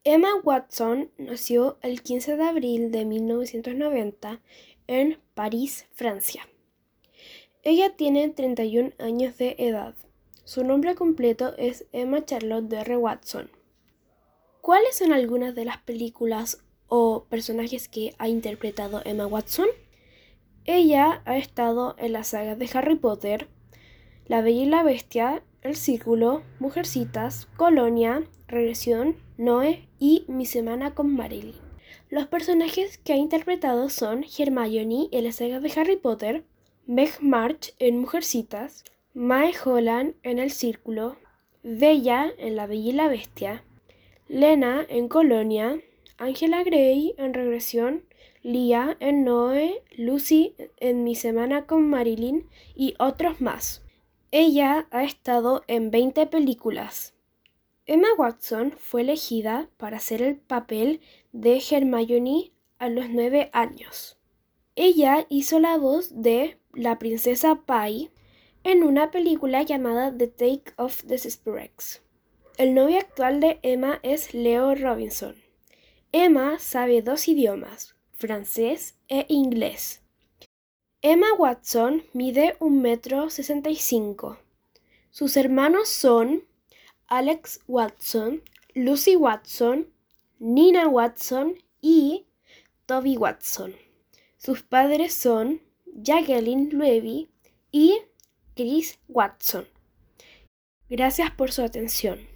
Emma Watson nació el 15 de abril de 1990 en París, Francia. Ella tiene 31 años de edad. Su nombre completo es Emma Charlotte Dr. Watson. ¿Cuáles son algunas de las películas o personajes que ha interpretado Emma Watson? Ella ha estado en las sagas de Harry Potter, La Bella y la Bestia, El Círculo, Mujercitas, Colonia, Regresión, Noé y Mi Semana con Marilyn. Los personajes que ha interpretado son Hermione en la saga de Harry Potter, Meg March en Mujercitas, Mae Holland en El Círculo, Bella en La Bella y la Bestia, Lena en Colonia, Angela Grey en Regresión, Lia en Noé, Lucy en Mi Semana con Marilyn y otros más. Ella ha estado en 20 películas. Emma Watson fue elegida para hacer el papel de Hermione a los 9 años. Ella hizo la voz de la princesa Pai en una película llamada The Take of Desesperax. El novio actual de Emma es Leo Robinson. Emma sabe 2 idiomas, francés e inglés. Emma Watson mide 1,65 m. Sus hermanos son Alex Watson, Lucy Watson, Nina Watson y Toby Watson. Sus padres son Jacqueline Levy y Chris Watson. Gracias por su atención.